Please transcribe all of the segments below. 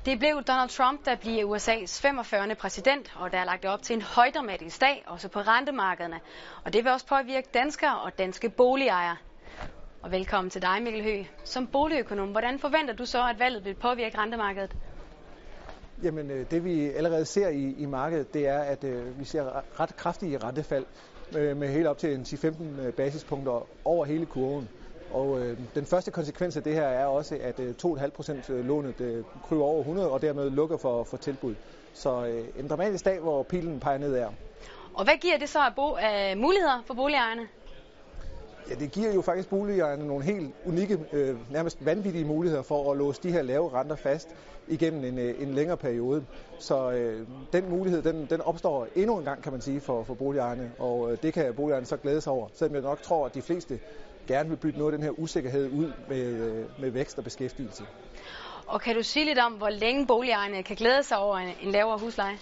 Det blev Donald Trump, der bliver USA's 45. præsident, og der er lagt op til en højdramatisk dag, også på rentemarkederne. Og det vil også påvirke danskere og danske boligejere. Og velkommen til dig, Mikkel Høgh. Som boligøkonom, hvordan forventer du så, at valget vil påvirke rentemarkedet? Jamen, det vi allerede ser i markedet, det er, at vi ser ret kraftige rentefald med helt op til 10-15 basispunkter over hele kurven. Og den første konsekvens af det her er også, at 2,5% lånet kryber over 100 og dermed lukker for tilbud. Så en dramatisk dag, hvor pilen peger nedad. Og hvad giver det så af muligheder for boligejerne? Ja, det giver jo faktisk boligejerne nogle helt unikke, nærmest vanvittige muligheder for at låse de her lave renter fast igennem en længere periode. Så den mulighed, den opstår endnu en gang, kan man sige, for boligejerne, og det kan boligejerne så glæde sig over, selvom jeg nok tror, at de fleste gerne vil bytte noget af den her usikkerhed ud med vækst og beskæftigelse. Og kan du sige lidt om, hvor længe boligejerne kan glæde sig over en lavere husleje?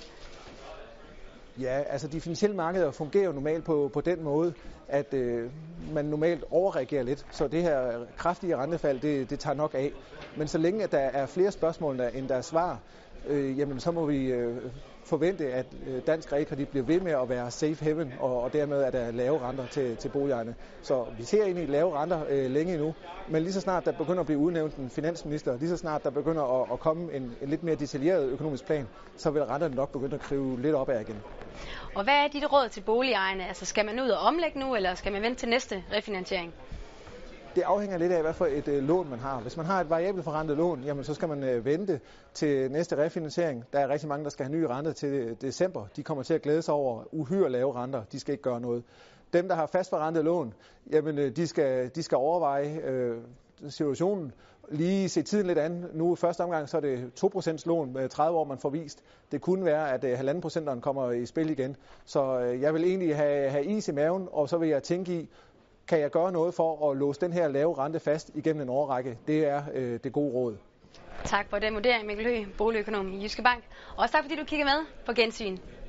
Ja, altså de finansielle markeder fungerer jo normalt på den måde, at man normalt overreagerer lidt. Så det her kraftige rentefald, det tager nok af. Men så længe at der er flere spørgsmål, end der er svar, jamen så må vi forvente, at dansk realkredit bliver ved med at være safe haven, og dermed er der lave renter til boligejerne. Så vi ser ind i lave renter længe endnu, men lige så snart der begynder at blive udnævnt en finansminister, lige så snart der begynder at komme en lidt mere detaljeret økonomisk plan, så vil renterne nok begynde at krive lidt opad igen. Og hvad er dit råd til boligejerne? Altså skal man ud og omlægge nu, eller skal man vente til næste refinansiering? Det afhænger lidt af, hvad for et lån man har. Hvis man har et variabelt forrentet lån, jamen så skal man vente til næste refinansiering. Der er rigtig mange, der skal have nye renter til december. De kommer til at glæde sig over uhyre lave renter. De skal ikke gøre noget. Dem, der har fast forrentet lån, jamen de skal overveje situationen. Lige se tiden lidt an. Nu i første omgang så er det 2% lån med 30 år, man får vist. Det kunne være, at 1,5% kommer i spil igen. Så jeg vil egentlig have is i maven, og så vil jeg tænke i, kan jeg gøre noget for at låse den her lave rente fast igennem en årrække? Det er det gode råd. Tak for den vurdering, Mikkel Høgh, boligøkonom i Jyske Bank. Og også tak fordi du kigger med på Gensyn.